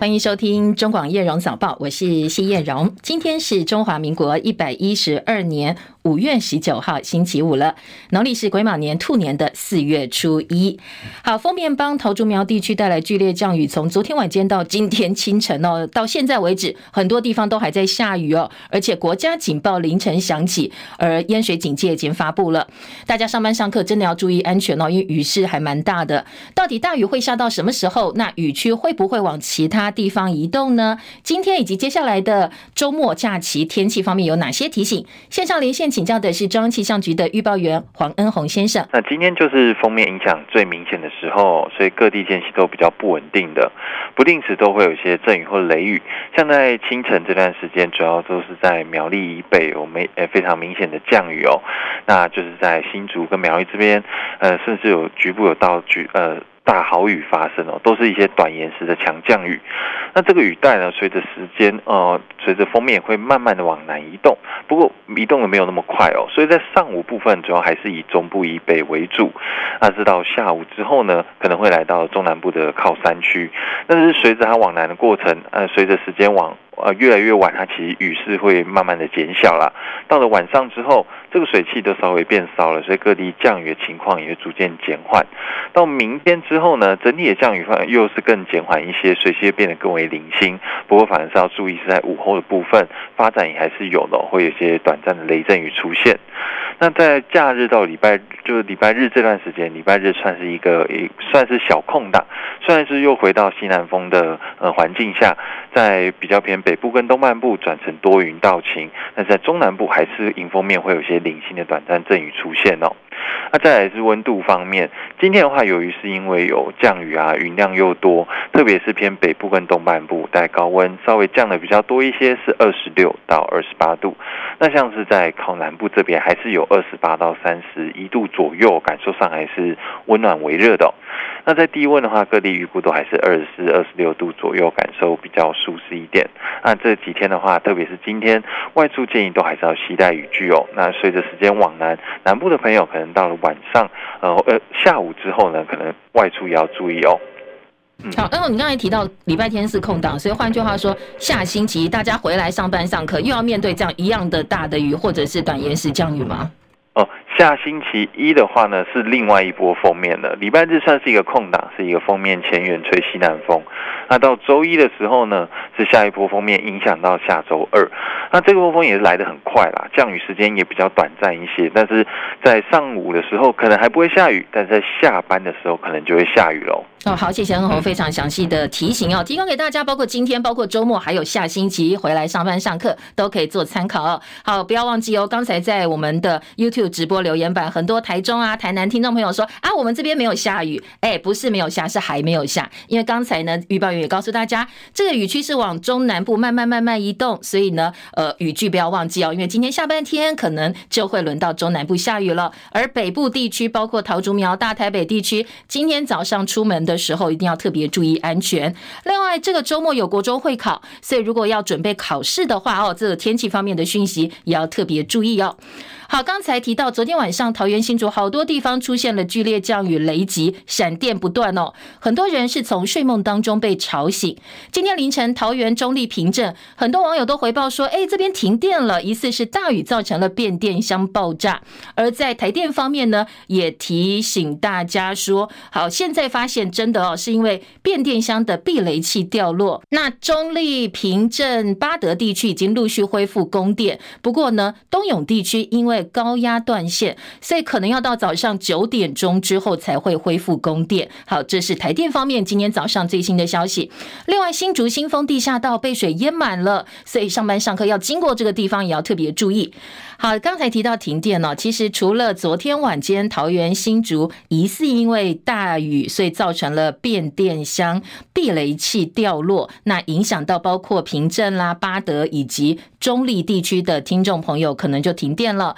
欢迎收听中广叶荣早报，我是谢叶荣。今天是中华民国112年5月19号星期五了，农历是癸卯年兔年的4月初一。好，锋面帮桃竹苗地区带来剧烈降雨，从昨天晚间到今天清晨哦，到现在为止，很多地方都还在下雨哦，而且国家警报凌晨响起，而淹水警戒已经发布了，大家上班上课真的要注意安全哦，因为雨势还蛮大的。到底大雨会下到什么时候？那雨区会不会往其他地方移动呢？今天以及接下来的周末假期天气方面有哪些提醒？线上连线请教的是中央气象局的预报员黄恩宏先生。 那今天就是锋面影响最明显的时候，所以各地天气都比较不稳定的，不定时都会有一些阵雨或雷雨。像在清晨这段时间，主要都是在苗栗以北有非常明显的降雨哦。那就是在新竹跟苗栗这边，甚至有局部有到大豪雨发生哦，都是一些短延时的强降雨。那这个雨带呢，随着时间随着锋面会慢慢的往南移动，不过移动的没有那么快哦，所以在上午部分主要还是以中部以北为主。那直到下午之后呢，可能会来到中南部的靠山区。但是随着它往南的过程，随着时间越来越晚，它其实雨势会慢慢的减小啦。到了晚上之后，这个水汽都稍微变少了，所以各地降雨的情况也会逐渐减缓。到明天之后呢，整体的降雨又是更减缓一些，水汽变得更为零星。不过反而是要注意是在午后的部分发展也还是有的，会有一些短暂的雷阵雨出现。那在假日到礼拜日这段时间，礼拜日算是小空档，虽然是又回到西南风的环境下，在比较偏北部跟东半部转成多云到晴，但是在中南部还是迎风面会有一些零星的短暂阵雨出现哦。那再来是温度方面，今天的话，由于是因为有降雨啊，云量又多，特别是偏北部跟东半部，带高温稍微降的比较多一些，是26到28度。那像是在靠南部这边，还是有28到31度左右，感受上还是温暖微热的哦。那在低温的话，各地预估都还是24、26度左右，感受比较舒适一点。那这几天的话，特别是今天，外出建议都还是要携带雨具哦。那随着时间往南部的朋友可能到了晚上，下午之后呢，可能外出也要注意哦。 好，你刚才提到礼拜天是空档，所以换句话说，下星期大家回来上班上课，又要面对这样一样的大的雨，或者是短延时降雨吗？ 下星期一的话呢，是另外一波锋面了。礼拜日算是一个空档，是一个锋面前缘吹西南风。那到周一的时候呢，是下一波锋面影响到下周二。那这个波锋也是来得很快啦，降雨时间也比较短暂一些。但是在上午的时候可能还不会下雨，但是在下班的时候可能就会下雨喽。 好，谢谢恩宏非常详细的提醒哦，提供给大家，包括今天、包括周末，还有下星期回来上班上课都可以做参考哦。好，不要忘记哦，刚才在我们的 YouTube 直播留言板，很多台中啊、台南听众朋友说我们这边没有下雨，不是没有下，是还没有下，因为刚才呢，预报员也告诉大家，这个雨区是往中南部慢慢移动，所以呢，雨具不要忘记哦，因为今天下半天可能就会轮到中南部下雨了，而北部地区，包括桃竹苗、大台北地区，今天早上出门的时候一定要特别注意安全。另外，这个周末有国中会考，所以如果要准备考试的话这个天气方面的讯息也要特别注意哦。好，刚才提到昨天晚上桃园新竹好多地方出现了剧烈降雨、雷击、闪电不断哦，很多人是从睡梦当中被吵醒。今天凌晨桃园中坜平镇，很多网友都回报说这边停电了，疑似是大雨造成了变电箱爆炸。而在台电方面呢，也提醒大家说，好，现在发现真的是因为变电箱的避雷器掉落。那中坜平镇八德地区已经陆续恢复供电，不过呢，东涌地区因为高压断线，所以可能要到早上9点钟之后才会恢复供电。好，这是台电方面今天早上最新的消息。另外，新竹新丰地下道被水淹满了，所以上班上课要经过这个地方也要特别注意。好，刚才提到停电其实除了昨天晚间桃园新竹疑似因为大雨，所以造成了变电箱避雷器掉落，那影响到包括平镇啦、八德以及中坜地区的听众朋友可能就停电了。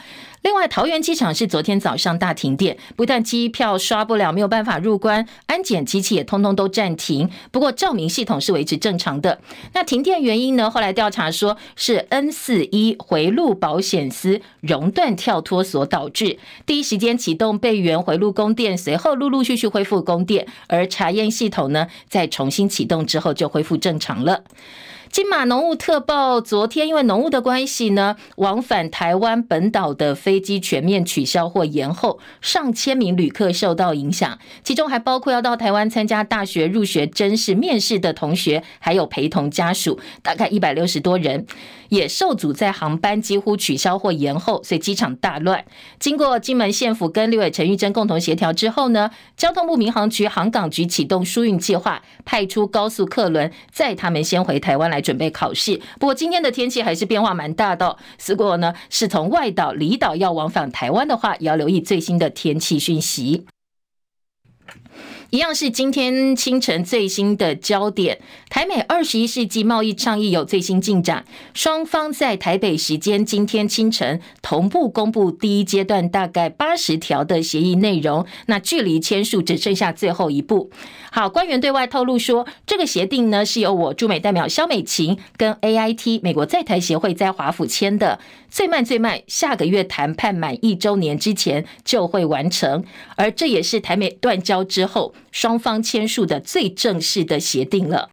另外，桃园机场是昨天早上大停电，不但机票刷不了，没有办法入关，安检机器也通通都暂停。不过照明系统是维持正常的。那停电原因呢？后来调查说是 N41 回路保险丝熔断跳脱所导致。第一时间启动备援回路供电，随后陆陆续续恢复供电，而查验系统呢，在重新启动之后就恢复正常了。金马浓雾特报，昨天因为浓雾的关系呢，往返台湾本岛的飞机全面取消或延后，上千名旅客受到影响，其中还包括要到台湾参加大学入学甄试面试的同学，还有陪同家属，大概160多人，也受阻在航班几乎取消或延后，所以机场大乱。经过金门县府跟立委陈玉珍共同协调之后呢，交通部民航局航港局启动疏运计划，派出高速客轮载他们先回台湾来准备考试。不过今天的天气还是变化蛮大的，如果呢是从外岛离岛要往返台湾的话，也要留意最新的天气讯息。一样是今天清晨最新的焦点，台美21世纪贸易倡议有最新进展，双方在台北时间今天清晨同步公布第一阶段大概80条的协议内容，那距离签署只剩下最后一步。好，官员对外透露说，这个协定呢是由我驻美代表萧美琴跟 AIT 美国在台协会在华府签的，最慢下个月谈判满1周年之前就会完成，而这也是台美断交之后双方签署的最正式的协定了。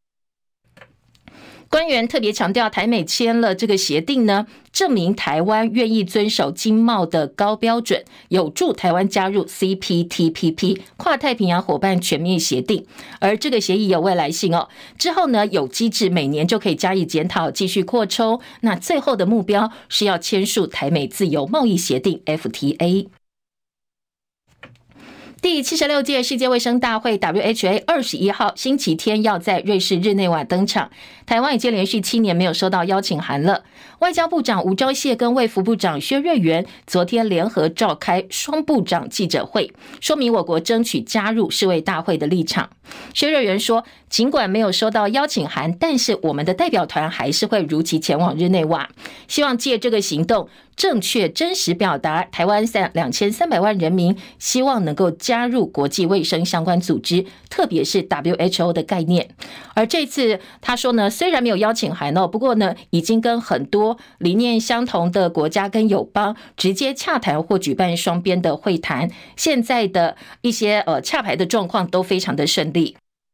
官员特别强调，台美签了这个协定呢，证明台湾愿意遵守经贸的高标准，有助台湾加入 CPTPP 跨太平洋伙伴全面协定。而这个协议有未来性哦，之后呢有机制每年就可以加以检讨，继续扩充。那最后的目标是要签署台美自由贸易协定 FTA。第76届世界卫生大会 WHA 21号星期天要在瑞士日内瓦登场，台湾已经连续7年没有收到邀请函了。外交部长吴钊燮跟卫福部长薛瑞元昨天联合召开双部长记者会，说明我国争取加入世卫大会的立场。薛瑞元说，尽管没有收到邀请函，但是我们的代表团还是会如期前往日内瓦，希望借这个行动正确真实表达台湾2300万人民希望能够加入国际卫生相关组织，特别是 WHO 的概念。而这次他说呢，虽然没有邀请函哦，不过呢已经跟很多理念相同的国家跟友邦直接洽谈或举办双边的会谈，现在的一些洽牌的状况都非常的顺利。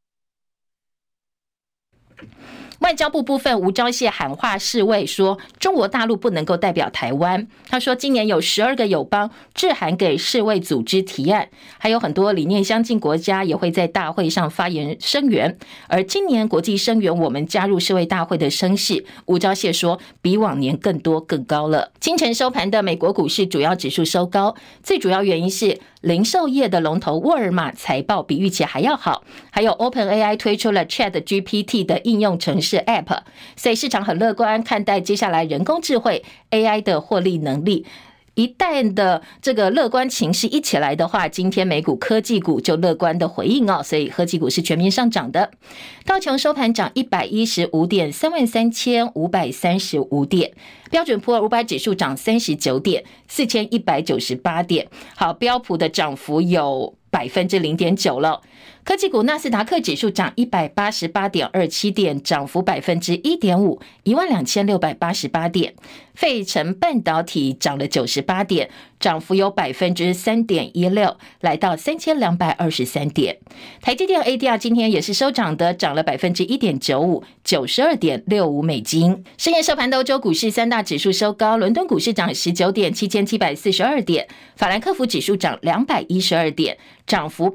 外交部部分，吴钊燮喊话世卫说，中国大陆不能够代表台湾。他说，今年有12个友邦致函给世卫组织提案，还有很多理念相近国家也会在大会上发言声援。而今年国际声援我们加入世卫大会的声势，吴钊燮说比往年更多更高了。清晨收盘的美国股市主要指数收高，最主要原因是零售业的龙头沃尔玛财报比预期还要好，还有 OpenAI 推出了 ChatGPT 的应用程式 App， 所以市场很乐观看待接下来人工智慧 AI 的获利能力。一旦的这个乐观情势一起来的话，今天美股科技股就乐观的回应哦，所以科技股是全面上涨的。道琼收盘涨115点，33535点。标准普尔500指数涨39点，4198点。好，标普的涨幅有0.9%了。科技股纳斯达克指数涨188.27点，涨幅1.5%， 12688点。费城半导体涨了98点，涨幅有3.16%，来到3223点。台积电 ADR 今天也是收涨的，涨了1.95%， 92.65美金。深夜收盘的欧洲股市三大指数收高，伦敦股市涨19点，7742点；法兰克福指数涨212点，涨幅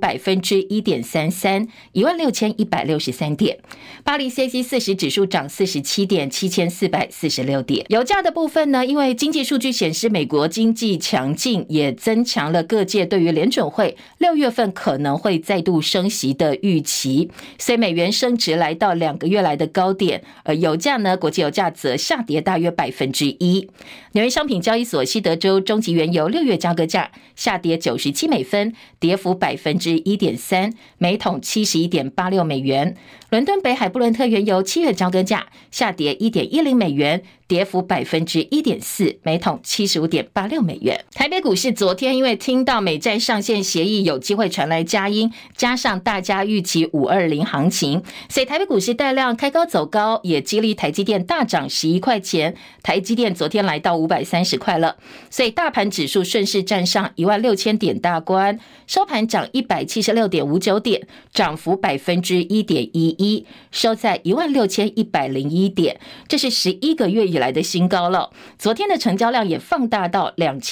1.33%， 16163点。巴黎 CAC 40指数涨47点，7446点。油价的部分呢，因为经济数据显示美国经济强劲，也增强了各界对于联准会6月份可能会再度升息的预期，所以美元升值来到2个月来的高点，而油价呢，国际油价则下跌大约1%。纽约商品交易所西德州中级原油6月交割价下跌97美分，跌幅1.3%，每桶71.86美元。伦敦北海布伦特原油7月交割价下跌1.10美元， 跌幅 1.4%， 每桶75.86美元。台北股市昨天因为听到美债上限协议有机会传来佳音，加上大家预期520行情，所以台北股市带量开高走高，也激励台积电大涨11块钱。台积电昨天来到530块了，所以大盘指数顺势站上16000点大关，收盘涨176.59点，涨幅 1.11%， 收在16101点，这是11个月以来的新高了。昨天的成交量也放大到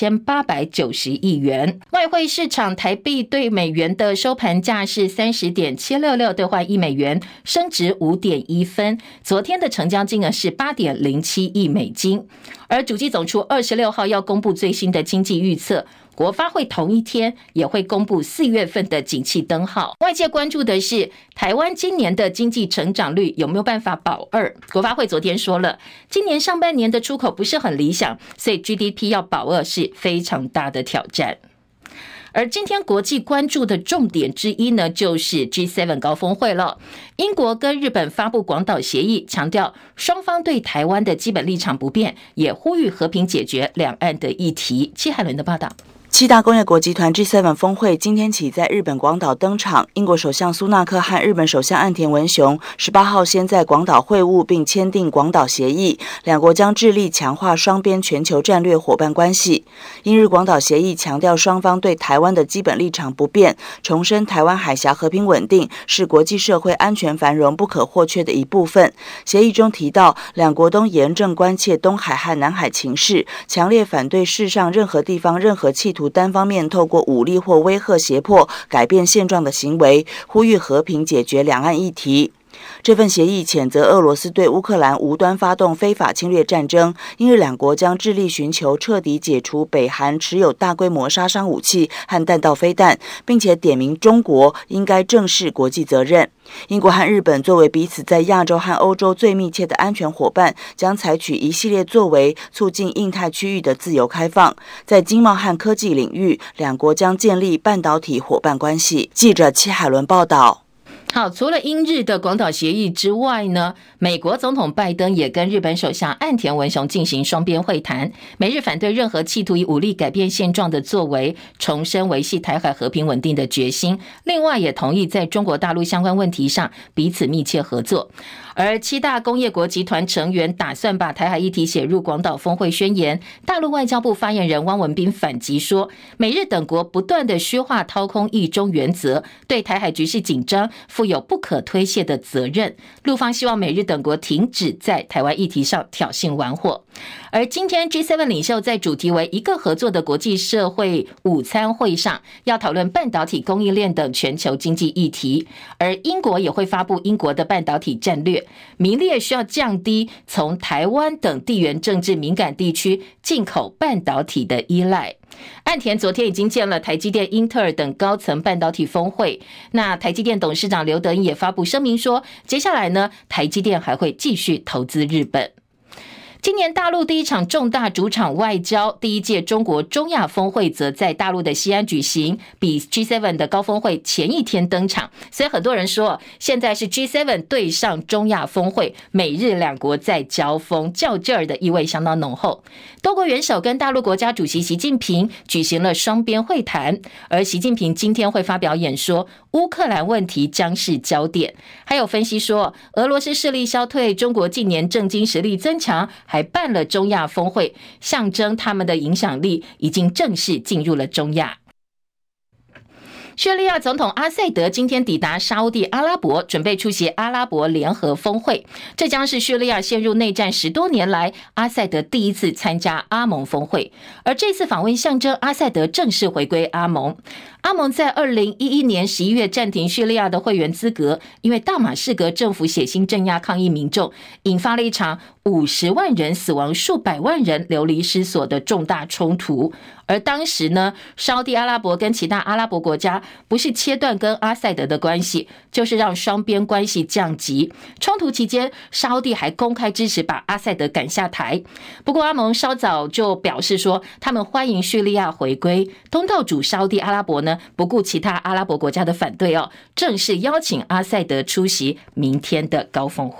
2890亿元。外汇市场台币对美元的收盘价是 30.766 兑换1美元，升值 5.1 分。昨天的成交金额是 8.07 亿美金。而主计总处26号要公布最新的经济预测，国发会同一天也会公布4月份的景气灯号。外界关注的是台湾今年的经济成长率有没有办法保2。国发会昨天说了，今年上半年的出口不是很理想，所以 GDP 要保2是非常大的挑战。而今天国际关注的重点之一呢，就是 G7 高峰会了。英国跟日本发布广岛协议，强调双方对台湾的基本立场不变，也呼吁和平解决两岸的议题。戚海伦的报道。 7大工业国集团 G7 峰会今天起在日本广岛登场，英国首相苏纳克和日本首相岸田文雄18号先在广岛会晤并签订广岛协议，两国将致力强化双边全球战略伙伴关系。英日广岛协议强调双方对台湾的基本立场不变，重申台湾海峡和平稳定是国际社会安全繁荣不可或缺的一部分。协议中提到，两国都严正关切东海和南海情势，强烈反对世上任何地方任何企图单方面透过武力或威吓胁迫改变现状的行为，呼吁和平解决两岸议题。这份协议谴责俄罗斯对乌克兰无端发动非法侵略战争，英日两国将致力寻求彻底解除北韩持有大规模杀伤武器和弹道飞弹，并且点名中国应该正视国际责任。英国和日本作为彼此在亚洲和欧洲最密切的安全伙伴，将采取一系列作为，促进印太区域的自由开放。在经贸和科技领域，两国将建立半导体伙伴关系。记者戚海伦报道。 好，除了英日的广岛协议之外呢，美国总统拜登也跟日本首相岸田文雄进行双边会谈，美日反对任何企图以武力改变现状的作为，重申维系台海和平稳定的决心。另外也同意在中国大陆相关问题上彼此密切合作。而7大工业国集团成员打算把台海议题写入广岛峰会宣言，大陆外交部发言人汪文斌反击说，美日等国不断的虚化掏空一中原则，对台海局势紧张负有不可推卸的责任。陆方希望美日等国停止在台湾议题上挑衅玩火。而今天 G7 领袖在主题为一个合作的国际社会午餐会上，要讨论半导体供应链等全球经济议题，而英国也会发布英国的半导体战略，名列需要降低从台湾等地缘政治敏感地区进口半导体的依赖。岸田昨天已经见了台积电、英特尔等高层半导体峰会，那台积电董事长刘德音也发布声明说，接下来呢，台积电还会继续投资日本。今年大陆第一场重大主场外交，第一届中国中亚峰会则在大陆的西安举行，比 G7 的高峰会前一天登场，所以很多人说现在是 G7 对上中亚峰会，美日两国在交锋，较劲儿的意味相当浓厚。多国元首跟大陆国家主席习近平举行了双边会谈，而习近平今天会发表演说，乌克兰问题将是焦点。还有分析说，俄罗斯势力消退，中国近年政经实力增强，还办了中亚峰会，象征他们的影响力已经正式进入了中亚。叙利亚总统阿塞德今天抵达沙烏地阿拉伯，准备出席阿拉伯联合峰会。这将是叙利亚陷入内战10多年来，阿塞德第一次参加阿盟峰会，而这次访问象征阿塞德正式回归阿盟。阿盟在2011年11月暂停叙利亚的会员资格，因为大马士革政府血腥镇压抗议民众，引发了一场50万人死亡、数百万人流离失所的重大冲突。而当时呢，沙烏地阿拉伯跟其他阿拉伯国家不是切断跟阿塞德的关系，就是让双边关系降级。冲突期间，沙烏地还公开支持把阿塞德赶下台。不过阿盟稍早就表示说，他们欢迎叙利亚回归。东道主沙烏地阿拉伯呢，不顾其他阿拉伯国家的反对正式邀请阿塞德出席明天的高峰会。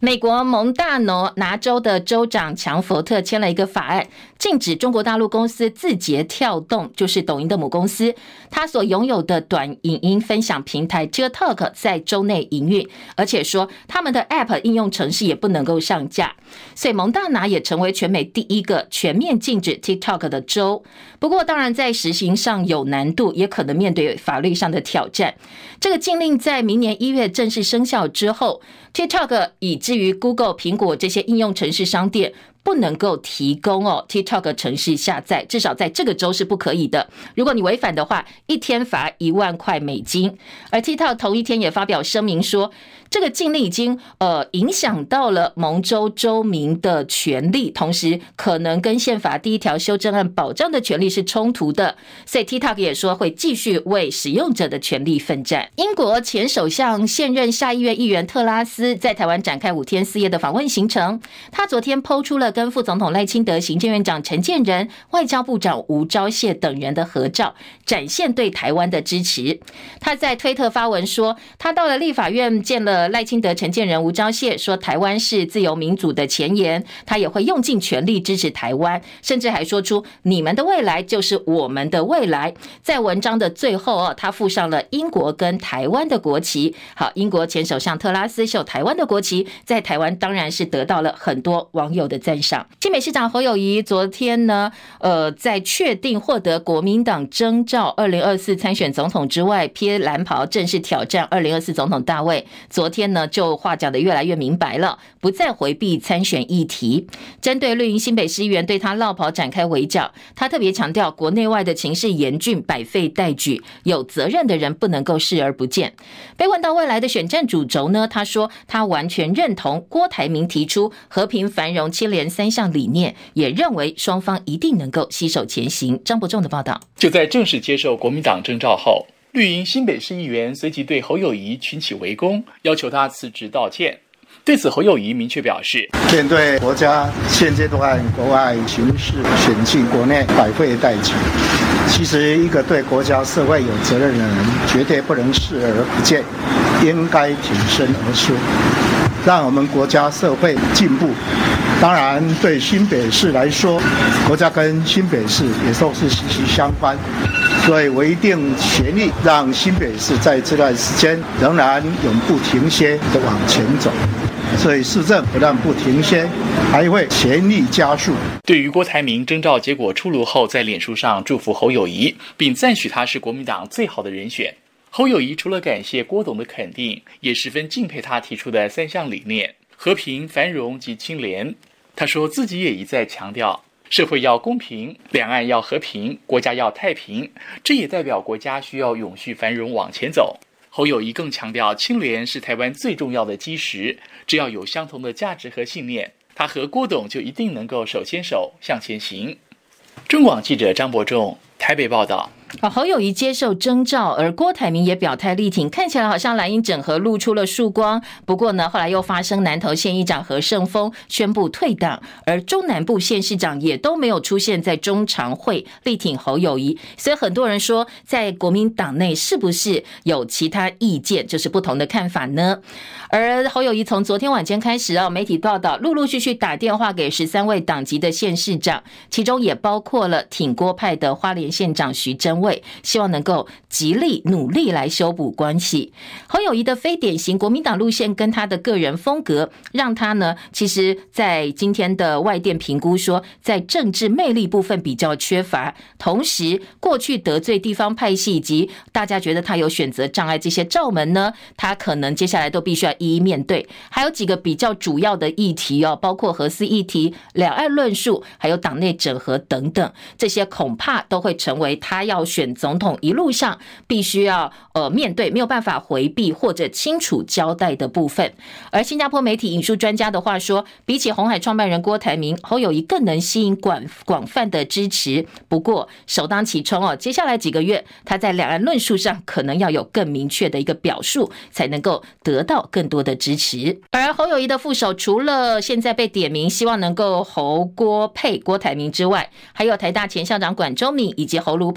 美国蒙大拿州的州长强佛特签了一个法案，禁止中国大陆公司字节跳动，就是抖音的母公司，他所拥有的短影音分享平台 TikTok 在州内营运，而且说他们的 App 应用程式也不能够上架，所以蒙大拿也成为全美第一个全面禁止 TikTok 的州。不过当然在实行上有难度，也可能面对法律上的挑战。这个禁令在明年1月正式生效之后， TikTok 以至于 Google、苹果这些应用程式商店不能够提供TikTok 程式下载，至少在这个州是不可以的。如果你违反的话，一天罚1万块美金。而 TikTok 同一天也发表声明说，这个禁令已经影响到了蒙州州民的权利，同时可能跟宪法第1条修正案保障的权利是冲突的，所以 TikTok 也说会继续为使用者的权利奋战。英国前首相现任下议院议员特拉斯在台湾展开5天4夜的访问行程，他昨天抛出了跟副总统赖清德、行政院长陈建仁、外交部长吴钊燮等人的合照，展现对台湾的支持。他在推特发文说，他到了立法院见了赖清德、陈建仁、吴钊燮，说台湾是自由民主的前沿，他也会用尽全力支持台湾，甚至还说出你们的未来就是我们的未来。在文章的最后他附上了英国跟台湾的国旗。好，英国前首相特拉斯秀台湾的国旗，在台湾当然是得到了很多网友的赞赏。新北市长侯友宜昨天呢，在确定获得国民党征召2024参选总统之外，披蓝袍正式挑战2024总统大位。昨天呢，就话讲得越来越明白了，不再回避参选议题。针对绿营新北市议员对他落袍展开围剿，他特别强调国内外的情势严峻，百废待举，有责任的人不能够视而不见。被问到未来的选战主轴呢，他说他完全认同郭台铭提出和平、繁荣、清廉3项理念，也认为双方一定能够携手前行。张伯仲的报道。 就在正式接受国民党征召后，绿营新北市议员随即对侯友宜群起围攻，要求他辞职道歉。对此，侯友宜明确表示， 面对国家现阶段国外形势险境，国内百废待举，其实一个对国家社会有责任的人，绝对不能视而不见，应该挺身而出，让我们国家社会进步。当然，对新北市来说，国家跟新北市也都是息息相关，所以我一定全力让新北市在这段时间仍然永不停歇地往前走。所以市政不但不停歇，还会全力加速。 对于郭台铭征召结果出炉后，在脸书上祝福侯友宜，并赞许他是国民党最好的人选。侯友宜除了感谢郭董的肯定，也十分敬佩他提出的3项理念：和平、繁荣及清廉。他说自己也一再强调，社会要公平，两岸要和平，国家要太平，这也代表国家需要永续繁荣往前走。侯友宜更强调，清廉是台湾最重要的基石，只要有相同的价值和信念，他和郭董就一定能够手牵手向前行。中广记者张伯仲台北报道。 侯友宜接受征召，而郭台铭也表态力挺，看起来好像蓝营整合露出了曙光。不过呢，后来又发生南投县议长何胜峰宣布退党，而中南部县市长也都没有出现在中常会力挺侯友宜，所以很多人说，在国民党内是不是有其他意见，就是不同的看法呢？而侯友宜从昨天晚间开始媒体报道陆陆续续打电话给13位党籍的县市长，其中也包括了挺郭派的花莲县长徐榛蔚，希望能够极力努力来修补关系。侯友宜的非典型国民党路线跟他的个人风格，让他呢，其实在今天的外电评估说，在政治魅力部分比较缺乏，同时过去得罪地方派系以及大家觉得他有选择障碍这些罩门呢，他可能接下来都必须要一一面对。还有几个比较主要的议题包括核四议题、两岸论述，还有党内整合等等，这些恐怕都会成为他要选总统一路上必须要面对，没有办法回避或者清楚交代的部分。而新加坡媒体引述专家的话说，比起鸿海创办人郭台铭，侯友宜更能吸引广泛的支持。不过首当其冲接下来几个月他在两岸论述上可能要有更明确的一个表述，才能够得到更多的支持。而侯友宜的副手除了现在被点名希望能够侯郭配郭台铭之外，还有台大前校长管中闵以及侯卢配的台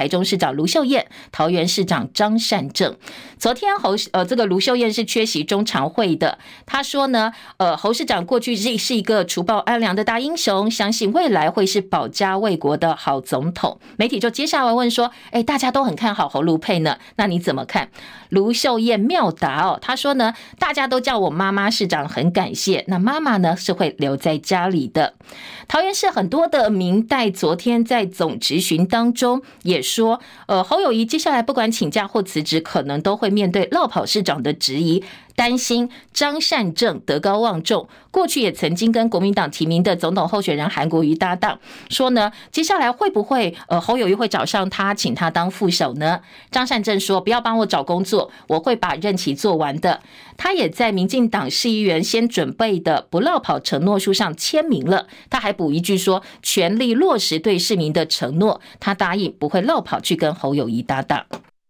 台中市长卢秀燕、桃园市长张善政。昨天这个卢秀燕是缺席中常会的，她说呢，侯市长过去是一个除暴安良的大英雄，相信未来会是保家卫国的好总统。媒体就接下来问说，大家都很看好侯卢配呢，那你怎么看？卢秀燕妙答她说呢，大家都叫我妈妈市长，很感谢，那妈妈呢是会留在家里的。桃园市很多的民代昨天在总质询当中也说，侯友宜接下来不管请假或辞职，可能都会面对落跑市长的质疑，担心张善政德高望重，过去也曾经跟国民党提名的总统候选人韩国瑜搭档，说呢，接下来会不会侯友宜会找上他，请他当副手呢？张善政说，不要帮我找工作，我会把任期做完的。他也在民进党市议员先准备的不落跑承诺书上签名了，他还补一句说，全力落实对市民的承诺，他答应不会落跑去跟侯友宜搭档。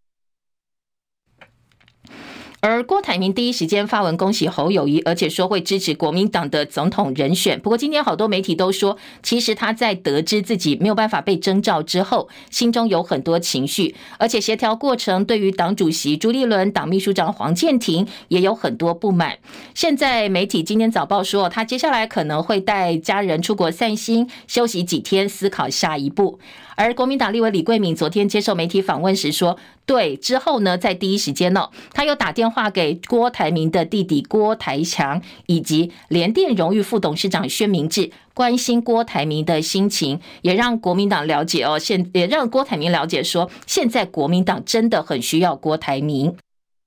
而郭台铭第一时间发文恭喜侯友宜，而且说会支持国民党的总统人选。不过今天好多媒体都说，其实他在得知自己没有办法被征召之后，心中有很多情绪，而且协调过程对于党主席朱立伦、党秘书长黄健庭也有很多不满。现在媒体今天早报说，他接下来可能会带家人出国散心，休息几天，思考下一步。而国民党立委李桂敏昨天接受媒体访问时说，对，之后呢，在第一时间他又打电话给郭台铭的弟弟郭台强以及联电荣誉副董事长薛明志，关心郭台铭的心情，也让国民党了解也让郭台铭了解说，现在国民党真的很需要郭台铭。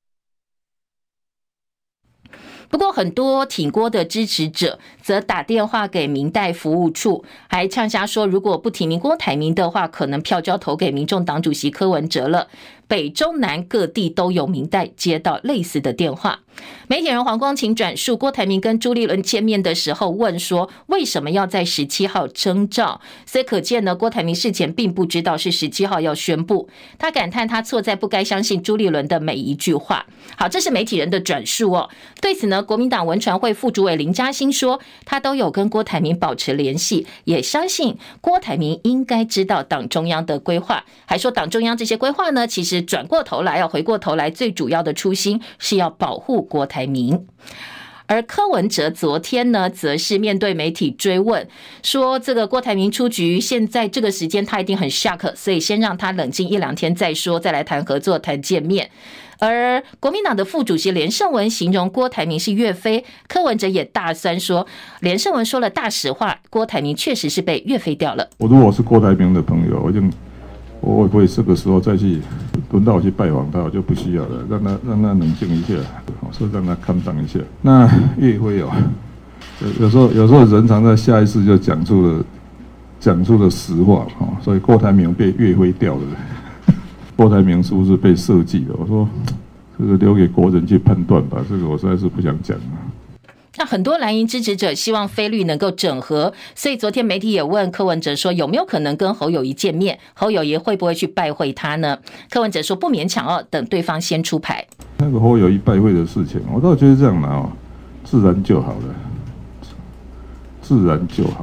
不过很多挺郭的支持者则打电话给民代服务处，还呛瞎说，如果不提名郭台铭的话，可能票就要投给民众党主席柯文哲了。北中南各地都有民代接到类似的电话。媒体人黄光芹转述郭台铭跟朱立伦见面的时候问说，为什么要在17号征召？所以可见呢，郭台铭事前并不知道是17号要宣布。他感叹他错在不该相信朱立伦的每一句话。好，这是媒体人的转述对此呢，国民党文传会副主委林嘉欣说，他都有跟郭台铭保持联系，也相信郭台铭应该知道党中央的规划，还说党中央这些规划呢，其实转过头来回过头来，最主要的初心是要保护郭台铭。而柯文哲昨天呢，则是面对媒体追问，说这个郭台铭出局，现在这个时间他一定很 shock， 所以先让他冷静1-2天再说，再来谈合作、谈见面。而国民党的副主席连胜文形容郭台铭是岳飞，柯文哲也大酸说，连胜文说了大实话，郭台铭确实是被岳飞掉了。 如果我是郭台铭的朋友，我会不会这个时候再去轮到我去拜访他，我就不需要了，让他冷静一下，是让他看涨一下。那岳飞有时候人常在下意识就讲出了实话所以郭台铭被岳飞掉了。郭台铭是不是被设计的？我说这个留给国人去判断吧，这个我实在是不想讲。 那很多蓝营支持者希望非绿能够整合，所以昨天媒体也问柯文哲说，有没有可能跟侯友宜见面，侯友宜会不会去拜会他呢？柯文哲说不勉强等对方先出牌。 那个侯友宜拜会的事情，我倒觉得这样拿自然就好了，自然就好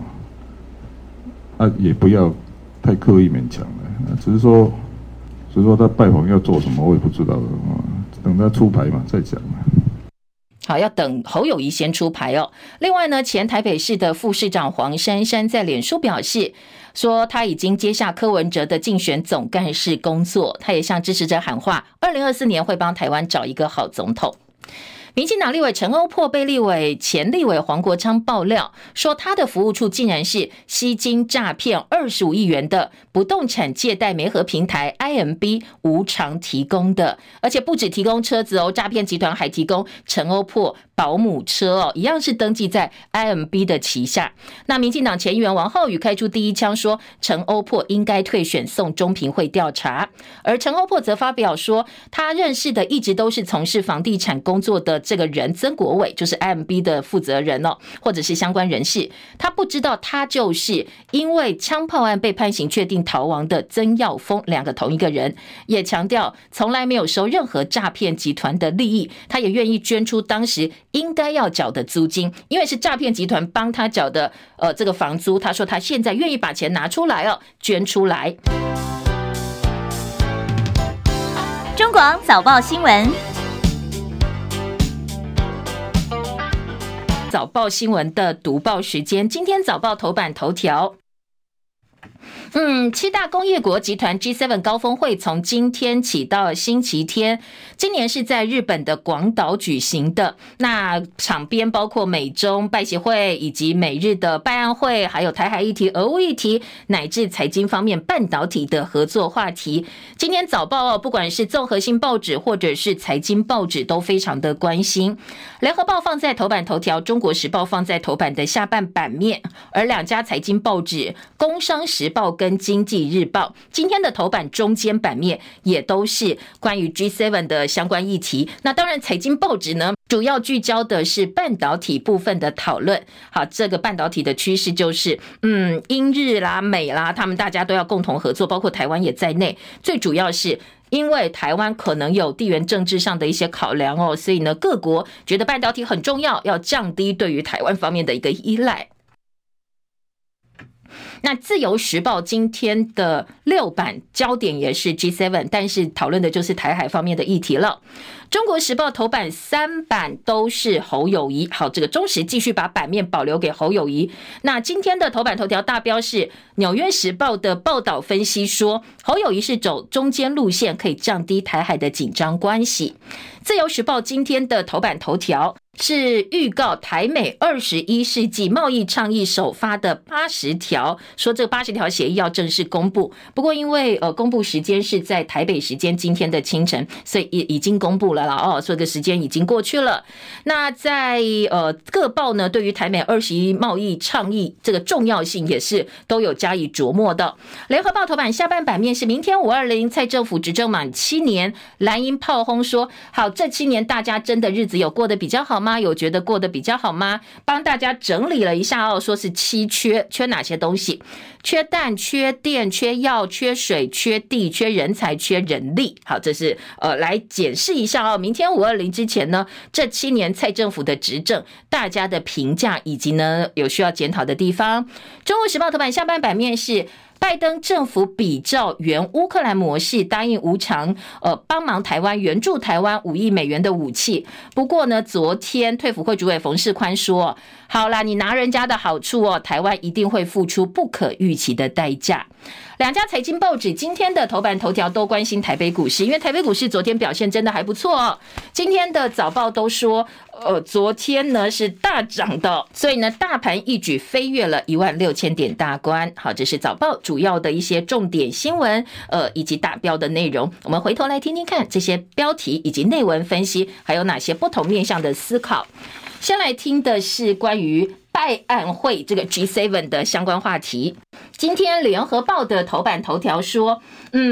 了也不要太刻意勉强了，只是说他拜访要做什么，我也不知道等他出牌嘛再讲嘛。 好，要等侯友宜先出牌另外呢，前台北市的副市长黄珊珊在脸书表示说，他已经接下柯文哲的竞选总干事工作，他也向支持者喊话，2024年会帮台湾找一个好总统。民进党立委陈欧珀被前立委黄国昌爆料说，他的服务处竟然是吸金诈骗25亿元的不动产借贷媒合平台 IMB 无偿提供的，而且不只提供车子诈骗集团还提供陈欧珀保姆车一样是登记在 IMB 的旗下。那民进党前议员王浩宇开出第一枪说，陈欧珀应该退选送中评会调查，而陈欧珀则发表说，他认识的一直都是从事房地产工作的这个人曾国伟，就是 IMB 的负责人或者是相关人士，他不知道他就是因为枪炮案被判刑确定逃亡的曾耀峰，两个同一个人，也强调从来没有收任何诈骗集团的利益，他也愿意捐出当时应该要缴的租金，因为是诈骗集团帮他缴的这个房租，他说他现在愿意把钱拿出来捐出来。 广早报新闻。 早报新闻的读报时间，今天早报头版头条。7大工业国集团 G7 高峰会从今天起到星期天，今年是在日本的广岛举行的。那场边包括美中拜协会以及美日的拜案会，还有台海议题、俄乌议题，乃至财经方面半导体的合作话题。今天早报不管是综合性报纸或者是财经报纸都非常的关心。联合报放在头版头条，中国时报放在头版的下半版面，而两家财经报纸工商时报跟经济日报今天的头版中间版面也都是关于 G7 的相关议题。那当然财经报纸呢，主要聚焦的是半导体部分的讨论。好，这个半导体的趋势就是英日啦、美啦，他们大家都要共同合作，包括台湾也在内。最主要是因为台湾可能有地缘政治上的一些考量所以呢，各国觉得半导体很重要，要降低对于台湾方面的一个依赖。那自由时报今天的6版焦点也是 G7， 但是讨论的就是台海方面的议题了。中国时报头版3版都是侯友宜，好，这个中时继续把版面保留给侯友宜。那今天的头版头条大标是纽约时报的报道分析说，侯友宜是走中间路线，可以降低台海的紧张关系。自由时报今天的头版头条是预告台美21世纪贸易倡议首发的80条，说这个80条协议要正式公布。不过因为公布时间是在台北时间今天的清晨，所以已经公布了啦所以这个时间已经过去了。那在各报呢，对于台美21贸易倡议这个重要性也是都有加以琢磨的。联合报头版下半版面是明天520蔡政府执政满7年，蓝营炮轰说，好，这7年大家真的日子有过得比较好吗？有觉得过得比较好吗？帮大家整理了一下说是7缺哪些东西？缺蛋、缺电、缺药、缺水、缺地、缺人才、缺人力。好，这是来检视一下明天520之前呢，这7年蔡政府的执政，大家的评价以及呢有需要检讨的地方。中国时报头版下半版面是拜登政府比照原乌克兰模式，答应无偿帮忙台湾援助台湾5亿美元的武器。不过呢，昨天退辅会主委冯世宽说，好啦，你拿人家的好处台湾一定会付出不可预期的代价。两家财经报纸今天的头版头条都关心台北股市，因为台北股市昨天表现真的还不错今天的早报都说昨天呢是大涨的，所以呢大盘一举飞跃了16000点大关。好，这是早报主要的一些重点新闻以及大标的内容。我们回头来听听看这些标题以及内文分析还有哪些不同面向的思考。先来听的是关于拜案会这个 G7 的相关话题。今天联合报的头版头条说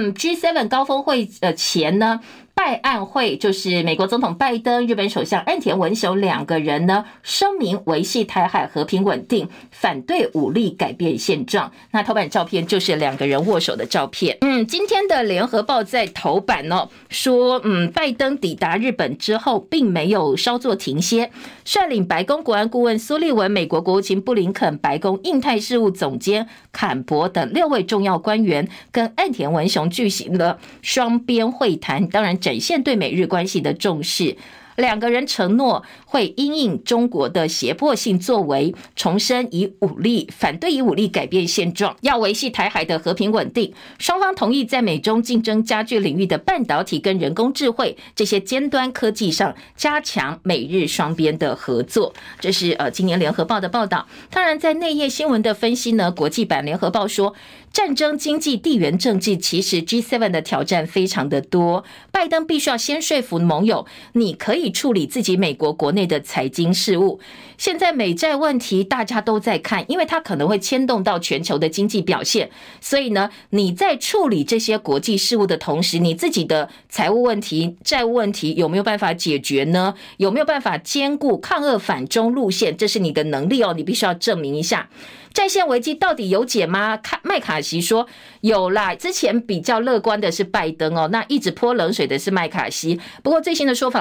G7 高峰会前呢，拜案会就是美国总统拜登、日本首相岸田文雄两个人呢声明维系台海和平稳定，反对武力改变现状。那头版照片就是两个人握手的照片。今天的联合报在头版说拜登抵达日本之后并没有稍作停歇，率领白宫国安顾问苏利文、美国国务卿布林肯、白宫印太事务总监坎伯等6位重要官员跟岸田文雄举行了双边会谈，当然展现对美日关系的重视。两个人承诺会因应中国的胁迫性作为，重申反对以武力改变现状，要维系台海的和平稳定。双方同意在美中竞争加剧领域的半导体跟人工智慧这些尖端科技上加强美日双边的合作。这是今年联合报的报道。当然在内页新闻的分析呢，国际版联合报说，战争、经济、地缘政治，其实 G7 的挑战非常的多。拜登必须要先说服盟友，你可以处理自己美国国内的财经事务。现在美债问题大家都在看，因为它可能会牵动到全球的经济表现，所以呢，你在处理这些国际事务的同时，你自己的财务问题、债务问题有没有办法解决呢？有没有办法兼顾抗俄反中路线？这是你的能力你必须要证明一下。在线危机到底有解吗？麦卡锡说有啦，之前比较乐观的是拜登那一直泼冷水的是麦卡锡。不过最新的说法，麦卡锡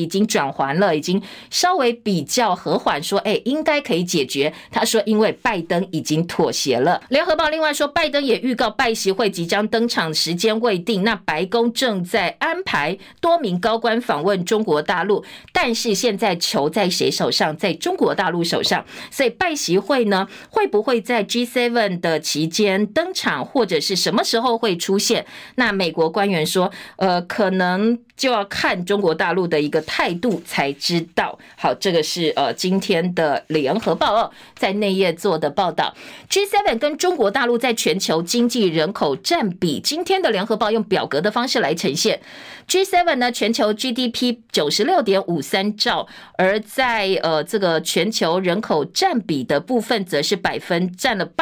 题已经转圜了，已经稍微比较和缓，说应该可以解决。他说因为拜登已经妥协了。联合报另外说，拜登也预告拜习会即将登场，时间未定，那白宫正在安排多名高官访问中国大陆，但是现在球在谁手上？在中国大陆手上。所以拜习会呢，会不会在 G7 的期间登场，或者是什么时候会出现？那美国官员说可能就要看中国大陆的一个态度才知道。好，这个是今天的联合报在内页做的报道。G7 跟中国大陆在全球经济人口占比，今天的联合报用表格的方式来呈现。G7 呢，全球 GDP 96.53兆，而在这个全球人口占比的部分，则是占了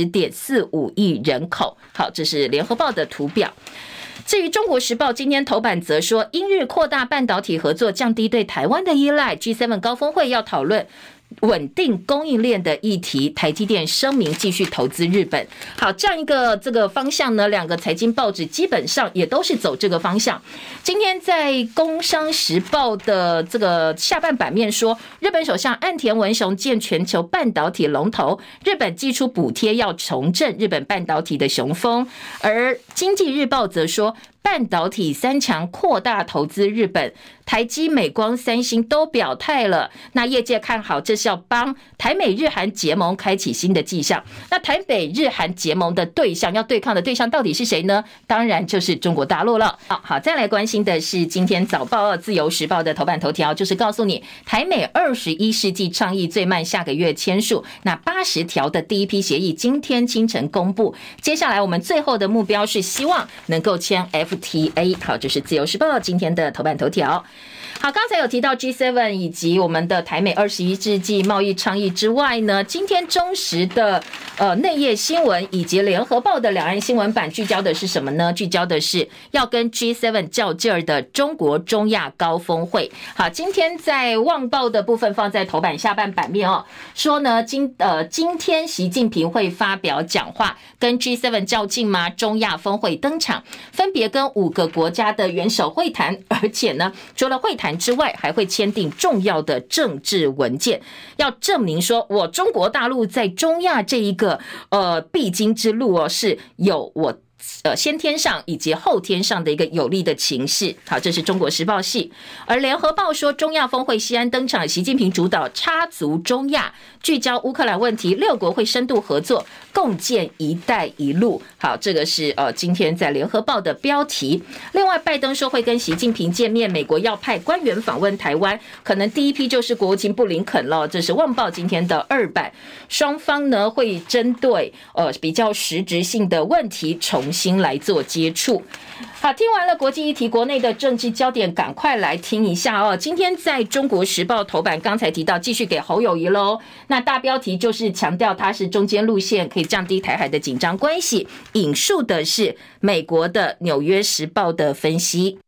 80.45亿人口。好，这是联合报的图表。至于中国时报今天头版则说，英日扩大半导体合作，降低对台湾的依赖。G7 高峰会要讨论稳定供应链的议题，台积电声明继续投资日本。好，这样一个这个方向呢，两个财经报纸基本上也都是走这个方向。今天在工商时报的这个下半版面说，日本首相岸田文雄见全球半导体龙头，日本祭出补贴要重振日本半导体的雄风。而经济日报则说，半导体三强扩大投资日本，台积、美光、三星都表态了。那业界看好，这是要帮台美日韩结盟开启新的迹象。那台北日韩结盟的对象，要对抗的对象到底是谁呢？当然就是中国大陆了。好，再来关心的是今天早报自由时报的头版头条，就是告诉你台美21世纪倡议最慢下个月签署，那80条的第一批协议今天清晨公布。接下来我们最后的目标是希望能够签 FTA。 好，这是自由时报今天的头版头条。好，刚才有提到 G7 以及我们的台美21世纪贸易倡议之外呢，今天中时的内页新闻以及联合报的两岸新闻版聚焦的是什么呢？聚焦的是要跟 G7 较劲儿的中国中亚高峰会。好，今天在旺报的部分放在头版下半版面说呢今天习近平会发表讲话，跟 G7 较劲吗？中亚峰会登场，分别跟5个国家的元首会谈，而且呢除了会谈之外，还会签订重要的政治文件，要证明说我中国大陆在中亚这一个必经之路是有我先天上以及后天上的一个有利的情势。好，这是中国时报系。而联合报说，中亚峰会西安登场，习近平主导插足中亚，聚焦乌克兰问题，6国会深度合作，共建一带一路。好，这个是今天在联合报的标题。另外，拜登说会跟习近平见面，美国要派官员访问台湾，可能第一批就是国务卿布林肯了。这是旺报今天的2版，双方呢会针对比较实质性的问题重新来做接触。好，听完了国际议题，国内的政治焦点，赶快来听一下今天在中国时报头版，刚才提到继续给侯友宜喽。那大标题就是强调他是中间路线，可以降低台海的紧张关系。引述的是美国的纽约时报的分析。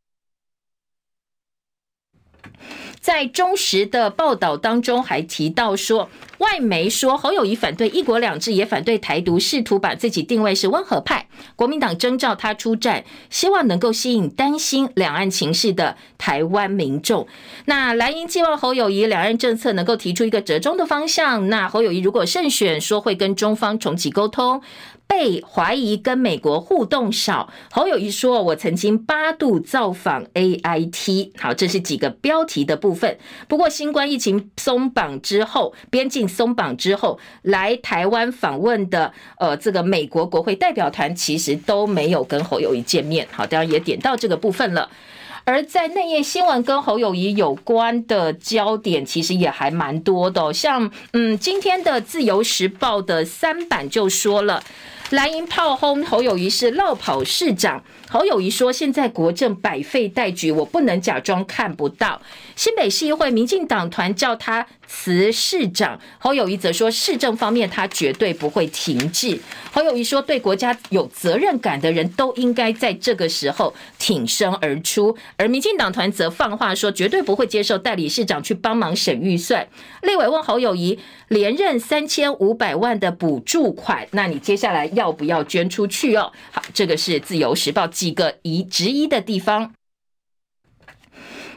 在中时的报道当中还提到说，外媒说侯友宜反对一国两制，也反对台独，试图把自己定位是温和派。国民党征召他出战，希望能够吸引担心两岸情势的台湾民众。那蓝营寄望侯友宜两岸政策能够提出一个折中的方向。那侯友宜如果胜选，说会跟中方重启沟通。被怀疑跟美国互动少，侯友宜说我曾经8度造访 AIT。 好，这是几个标题的部分。不过新冠疫情松绑之后，边境松绑之后，来台湾访问的这个美国国会代表团其实都没有跟侯友宜见面。好，当然也点到这个部分了。而在内页新闻跟侯友宜有关的焦点其实也还蛮多的像今天的自由时报的3版就说了，蓝营炮轰侯友宜是落跑市长。侯友宜说现在国政百废待举，我不能假装看不到。新北市议会民进党团叫他辞市长，侯友宜则说市政方面他绝对不会停滞。侯友宜说对国家有责任感的人都应该在这个时候挺身而出。而民进党团则放话说绝对不会接受代理市长去帮忙审预算。立委问侯友宜连任3500万的补助款，那你接下来要不要捐出去好，这个是自由时报几个质疑的地方。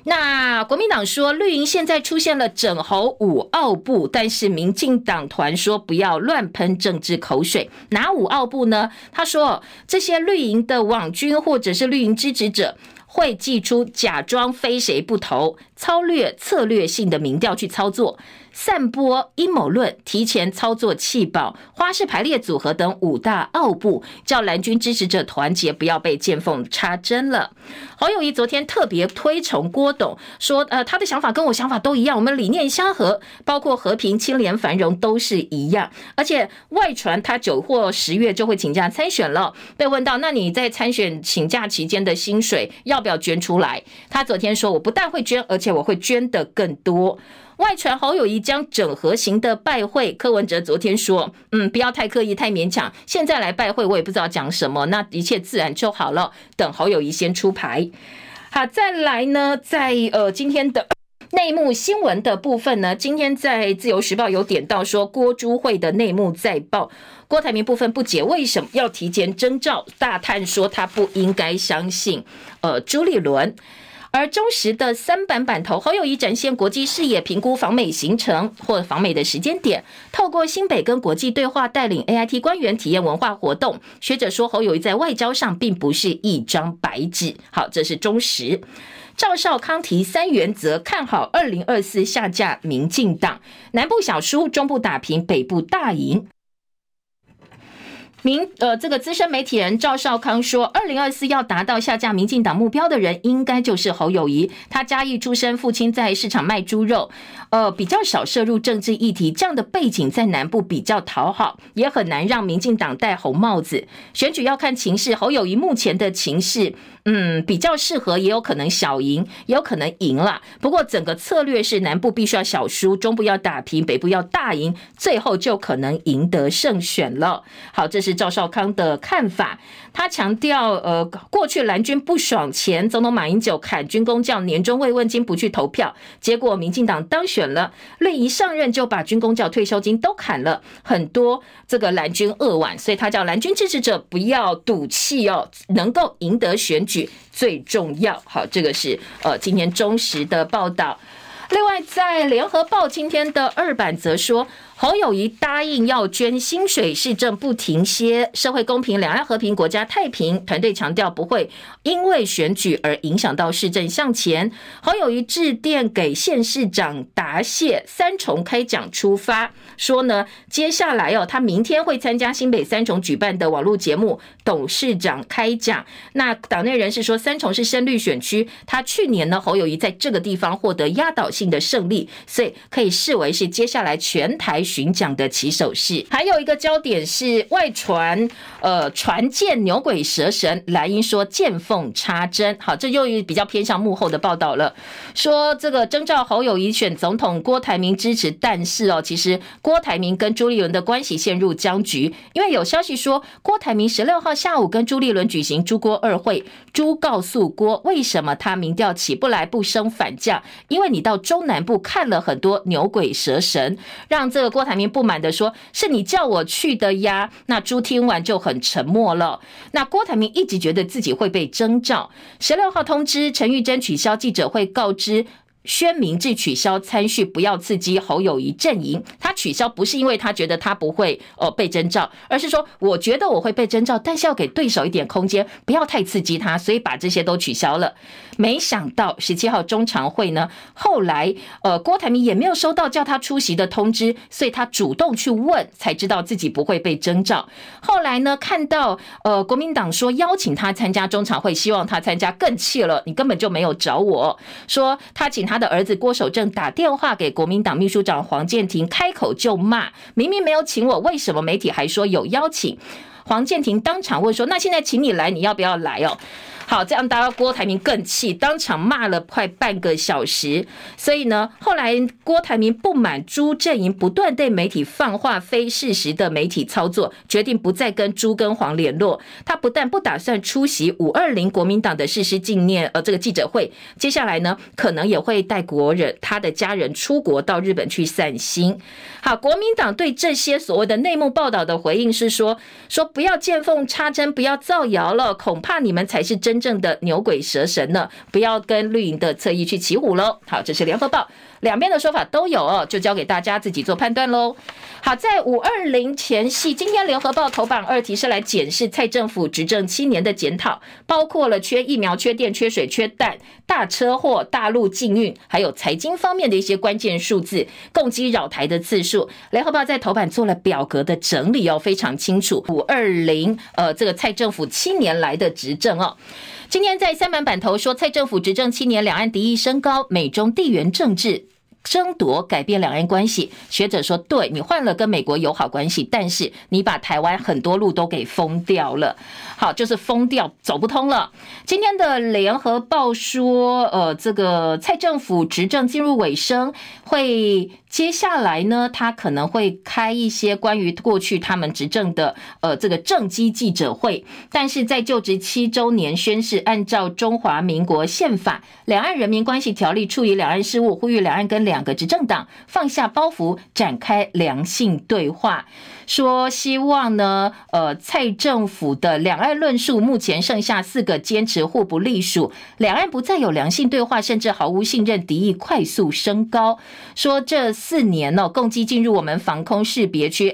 那国民党说绿营现在出现了整侯五奥部，但是民进党团说不要乱喷政治口水。哪五奥部呢？他说这些绿营的网军或者是绿营支持者会祭出假装非谁不投，操略策略性的民调去操作，散播阴谋论，提前操作弃保、花式排列组合等五大奥部，叫蓝军支持者团结，不要被见缝插针了。侯友宜昨天特别推崇郭董，说他的想法跟我想法都一样，我们理念相合，包括和平、清廉、繁荣都是一样。而且外传他9或10月就会请假参选了，被问到那你在参选请假期间的薪水要不要捐出来？他昨天说我不但会捐，而且我会捐得更多。外传侯友宜将整合型的拜会，柯文哲昨天说不要太刻意太勉强，现在来拜会我也不知道讲什么，那一切自然就好了，等侯友宜先出牌。好，再来呢，在今天的内幕新闻的部分呢，今天在自由时报有点到说郭朱会的内幕再爆，郭台铭部分不解为什么要提前征召，大叹说他不应该相信朱立伦。而中时的3版版头，侯友宜展现国际视野，评估访美行程或访美的时间点，透过新北跟国际对话，带领 AIT 官员体验文化活动。学者说侯友宜在外交上并不是一张白纸。好，这是中时。赵少康提3原则，看好2024下架民进党，南部小输，中部打平，北部大赢。这个资深媒体人赵少康说，2024要达到下架民进党目标的人，应该就是侯友宜。他嘉义出身，父亲在市场卖猪肉，比较少涉入政治议题，这样的背景在南部比较讨好，也很难让民进党戴红帽子。选举要看情势，侯友宜目前的情势，比较适合，也有可能小赢，也有可能赢啦。不过整个策略是南部必须要小输，中部要打平，北部要大赢，最后就可能赢得胜选了。好，这是赵少康的看法。他强调过去蓝军不爽前总统马英九砍军公教年终慰问金不去投票，结果民进党当选了，绿营上任就把军公教退休金都砍了，很多这个蓝军扼腕，所以他叫蓝军支持者不要赌气能够赢得选举最重要。好，这个是今天中时的报道。另外在联合报今天的2版则说，侯友宜答应要捐薪水，市政不停歇，社会公平、两岸和平、国家太平。团队强调不会因为选举而影响到市政向前。侯友宜致电给县市长答谢，3重开讲出发，说呢，接下来他明天会参加新北3重举办的网络节目董事长开讲。那党内人士说，3重是深绿选区，他去年呢侯友宜在这个地方获得压倒性的胜利，所以可以视为是接下来全台巡讲的起手式。还有一个焦点是外传传见牛鬼蛇神，蓝营说见缝插针。好，这又比较偏向幕后的报道了，说这个征召侯友宜选总统，郭台铭支持，但是其实郭台铭跟朱立伦的关系陷入僵局，因为有消息说郭台铭16号下午跟朱立伦举行朱郭2会，朱告诉郭为什么他民调起不来不升反降，因为你到中南部看了很多牛鬼蛇神，让这个郭台铭不满的说，是你叫我去的呀。那朱听完就很沉默了。那郭台铭一直觉得自己会被征召，16号通知陈玉珍取消记者会，告知宣明志取消参叙，不要刺激侯友宜阵营。他取消不是因为他觉得他不会被征召，而是说我觉得我会被征召，但是要给对手一点空间，不要太刺激他，所以把这些都取消了。没想到17号中常会呢，后来郭台铭也没有收到叫他出席的通知，所以他主动去问，才知道自己不会被征召。后来呢，看到国民党说邀请他参加中常会，希望他参加，更气了，你根本就没有找我。说他请他的儿子郭守正打电话给国民党秘书长黄健庭，开口就骂，明明没有请我，为什么媒体还说有邀请？黄健庭当场问说，那现在请你来，你要不要来好，这样大家郭台铭更气，当场骂了快半个小时。所以呢，后来郭台铭不满朱阵营不断对媒体放话非事实的媒体操作，决定不再跟朱跟黄联络。他不但不打算出席520国民党的誓师纪念这个记者会，接下来呢，可能也会带他的家人出国到日本去散心。好，国民党对这些所谓的内幕报道的回应是说不不要见缝插针，不要造谣了，恐怕你们才是真正的牛鬼蛇神呢，不要跟绿营的侧翼去骑虎喽。好，这是联合报两边的说法都有哦，就交给大家自己做判断喽。好，在520前夕，今天联合报头版2题是来检视蔡政府执政7年的检讨，包括了缺疫苗、缺电、缺水、缺蛋、大车祸、大陆禁运，还有财经方面的一些关键数字，共机扰台的次数。联合报在头版做了表格的整理哦，非常清楚。520这个蔡政府7年来的执政哦。今天在3版版头说，蔡政府执政7年，两岸敌意升高，美中地缘政治争夺改变两岸关系。学者说，对，你换了跟美国友好关系，但是你把台湾很多路都给封掉了。好，就是封掉，走不通了。今天的联合报说，这个蔡政府执政进入尾声，会接下来呢，他可能会开一些关于过去他们执政的这个政绩记者会，但是在就职7周年宣誓，按照中华民国宪法、两岸人民关系条例处理两岸事务，呼吁两岸跟2个执政党放下包袱，展开良性对话。说希望呢，蔡政府的两岸论述目前剩下4个坚持互不隶属，两岸不再有良性对话，甚至毫无信任，敌意快速升高。说这4年呢，共机进入我们防空识别区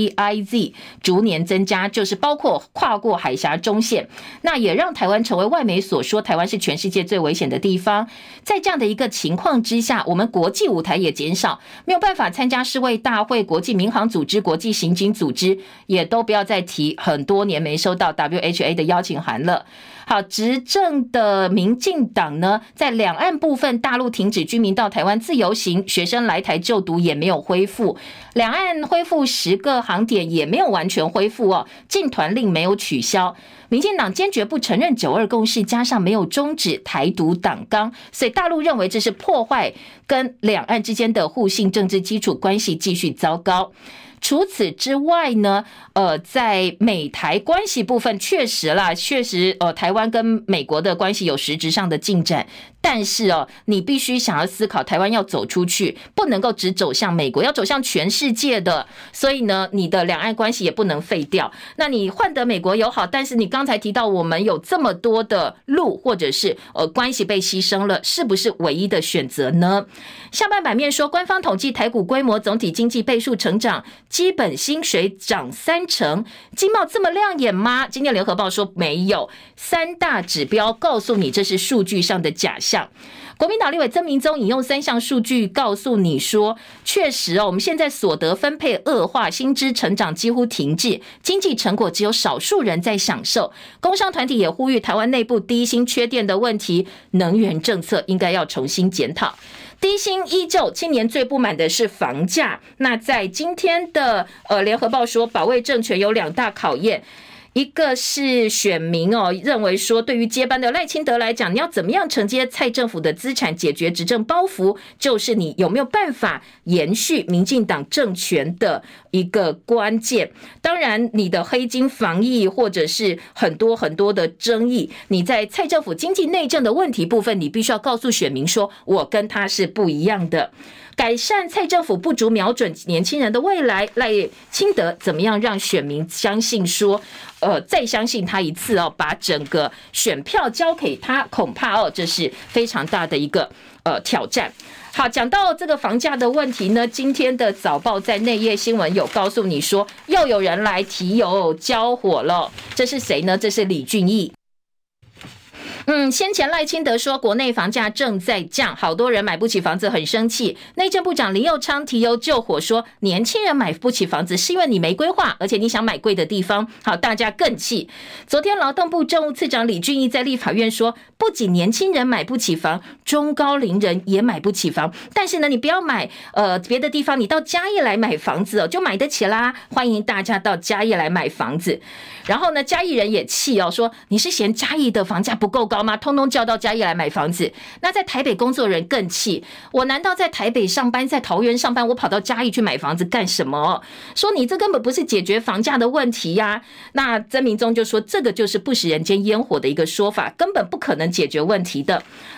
ADIZ 逐年增加，就是包括跨过海峡中线，那也让台湾成为外媒所说台湾是全世界最危险的地方。在这样的一个情况之下，我们国际舞台也减少，没有办法参加世卫大会、国际民航组织、国际刑警组织，也都不要再提很多年没收到 WHA 的邀请函了。好，执政的民进党呢，在两岸部分，大陆停止居民到台湾自由行，学生来台就读也没有恢复，两岸恢复10个航点也没有完全恢复哦，禁团令没有取消。民进党坚决不承认9·2共识，加上没有终止台独党纲，所以大陆认为这是破坏跟两岸之间的互信政治基础，关系继续糟糕。除此之外呢，在美台关系部分，确实台湾跟美国的关系有实质上的进展，但是你必须想要思考，台湾要走出去，不能够只走向美国，要走向全世界的，所以呢，你的两岸关系也不能废掉。那你换得美国友好，但是你刚才提到我们有这么多的路，或者是关系被牺牲了，是不是唯一的选择呢？下半版面说，官方统计台股规模、总体经济倍数成长，基本薪水涨30%，经贸这么亮眼吗？今天联合报说没有，3大指标告诉你这是数据上的假象。国民党立委曾明宗引用3项数据告诉你说，确实我们现在所得分配恶化，薪资成长几乎停滞，经济成果只有少数人在享受。工商团体也呼吁台湾内部低薪缺电的问题，能源政策应该要重新检讨。低薪依旧，今年最不满的是房价。那在今天的联合报说，保卫政权有2大考验。一个是选民认为说，对于接班的赖清德来讲，你要怎么样承接蔡政府的资产，解决执政包袱，就是你有没有办法延续民进党政权的一个关键。当然，你的黑金防疫或者是很多很多的争议，你在蔡政府经济内政的问题部分，你必须要告诉选民说，我跟他是不一样的。改善蔡政府不足瞄准年轻人的未来，赖清德怎么样让选民相信说，再相信他一次把整个选票交给他，恐怕这是非常大的一个挑战。好，讲到这个房价的问题呢，今天的早报在内页新闻有告诉你说，又有人来提油交火了，这是谁呢？这是李俊毅。先前赖清德说国内房价正在降，好多人买不起房子很生气。内政部长林右昌提油救火说，年轻人买不起房子是因为你没规划，而且你想买贵的地方，好，大家更气。昨天劳动部政务次长李俊毅在立法院说，不仅年轻人买不起房，中高龄人也买不起房，但是呢，你不要买别的地方，你到嘉义来买房子就买得起啦，欢迎大家到嘉义来买房子。然后呢，嘉义人也气说你是嫌嘉义的房价不够高吗？通通叫到嘉义来买房子。那在台北工作人更气，我难道在台北上班，在桃园上班，我跑到嘉义去买房子干什么？说你这根本不是解决房价的问题呀。那曾明宗就说，这个就是不食人间烟火的一个说法，根本不可能解决问题的。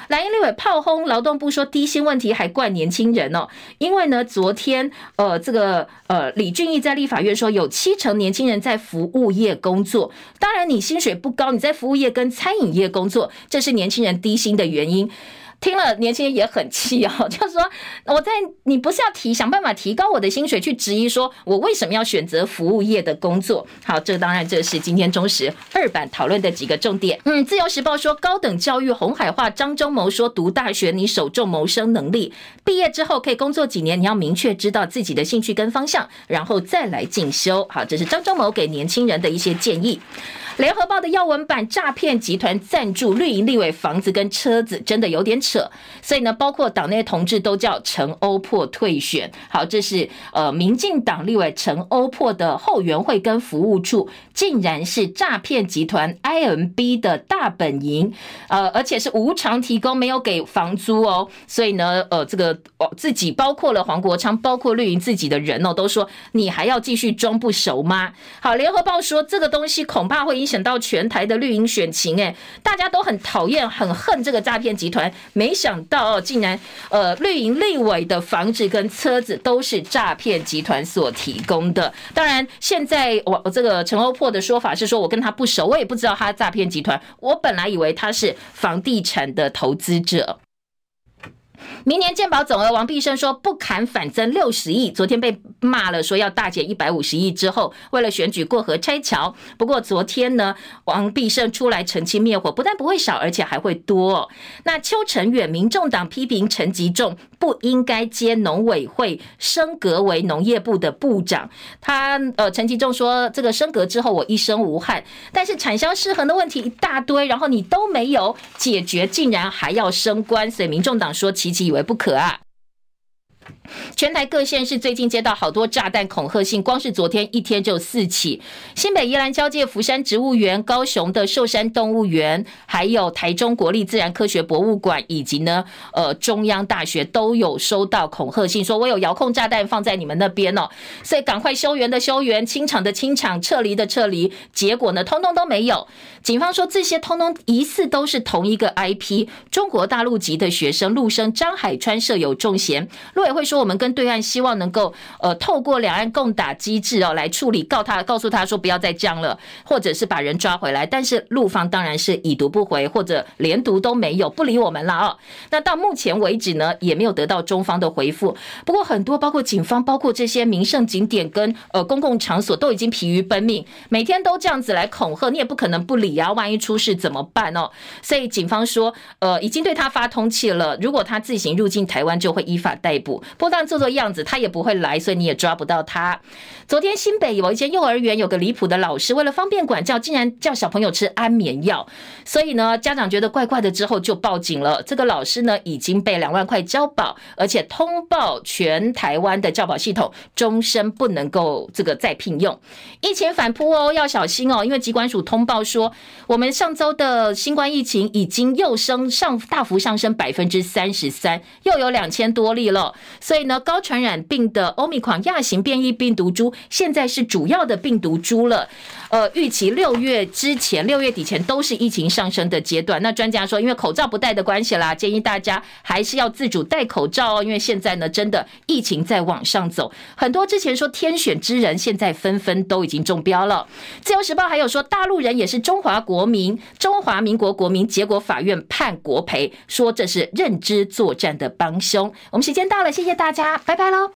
蓝营立委炮轰劳动部说低薪问题还怪年轻人哦，因为呢昨天李俊毅在立法院说有70%年轻人在服务业工作，当然你薪水不高，你在服务业跟餐饮业工作，这是年轻人低薪的原因。听了年轻人也很气哦，就是说你不是要想办法提高我的薪水，去质疑说我为什么要选择服务业的工作。好，这当然这是今天中时2版讨论的几个重点。自由时报说高等教育红海化，张忠谋说读大学你首重谋生能力，毕业之后可以工作几年，你要明确知道自己的兴趣跟方向，然后再来进修。好，这是张忠谋给年轻人的一些建议。联合报的要闻版，诈骗集团赞助绿营立委房子跟车子，真的有点扯。所以呢，包括党内同志都叫陈欧珀退选。好，这是民进党立委陈欧珀的后援会跟服务处，竟然是诈骗集团 IMB 的大本营，而且是无偿提供，没有给房租哦。所以呢，自己包括了黄国昌，包括绿营自己的人哦，都说你还要继续装不熟吗？好，联合报说这个东西恐怕会影响到全台的绿营选情，大家都很讨厌、很恨这个诈骗集团，没想到竟然绿营立委的房子跟车子都是诈骗集团所提供的。当然，现在我这个陈欧珀的说法是说，我跟他不熟，我也不知道他诈骗集团，我本来以为他是房地产的投资者。明年健保总额，王必胜说不砍反增60亿，昨天被骂了，说要大减150亿之后，为了选举过河拆桥。不过昨天呢，王必胜出来澄清灭火，不但不会少，而且还会多。那邱成远，民众党批评陈吉仲不应该接农委会升格为农业部的部长。他陈吉仲说，这个升格之后我一身无憾，但是产销失衡的问题一大堆，然后你都没有解决，竟然还要升官，所以民众党说琪琪以为不可啊。全台各县市最近接到好多炸弹恐吓信，光是昨天一天就4起。新北宜兰交界福山植物园、高雄的寿山动物园，还有台中国立自然科学博物馆，以及呢中央大学都有收到恐吓信，说我有遥控炸弹放在你们那边哦，所以赶快修园的修园，清场的清场，撤离的撤离。结果呢，通通都没有。警方说这些通通疑似都是同一个 IP， 中国大陆籍的学生陆生张海川设有重嫌。陆委会说，我们跟对岸希望能够透过两岸共打机制来处理，告诉他说不要再这样了，或者是把人抓回来。但是陆方当然是已读不回，或者连读都没有，不理我们了哦。那到目前为止呢，也没有得到中方的回复。不过很多包括警方，包括这些名胜景点跟公共场所都已经疲于奔命，每天都这样子来恐吓，你也不可能不理啊，万一出事怎么办哦？所以警方说已经对他发通缉了，如果他自行入境台湾就会依法逮捕。不但做样子他也不会来，所以你也抓不到他。昨天新北有一间幼儿园有个离谱的老师，为了方便管教，竟然叫小朋友吃安眠药，所以呢家长觉得怪怪的之后就报警了。这个老师呢已经被2万块交保，而且通报全台湾的教保系统，终身不能够再聘用。疫情反扑哦，要小心哦，因为疾管署通报说，我们上周的新冠疫情已经又大幅上升33%，又有2000多例了。所以呢，高传染病的 Omicron 亚型变异病毒株现在是主要的病毒株了。预期6月底前都是疫情上升的阶段。那专家说，因为口罩不戴的关系啦，建议大家还是要自主戴口罩哦。因为现在呢，真的疫情在往上走，很多之前说天选之人，现在纷纷都已经中标了。自由时报还有说，大陆人也是中华民国国民，结果法院判国赔，说这是认知作战的帮凶。我们时间到了，谢谢大家，拜拜喽。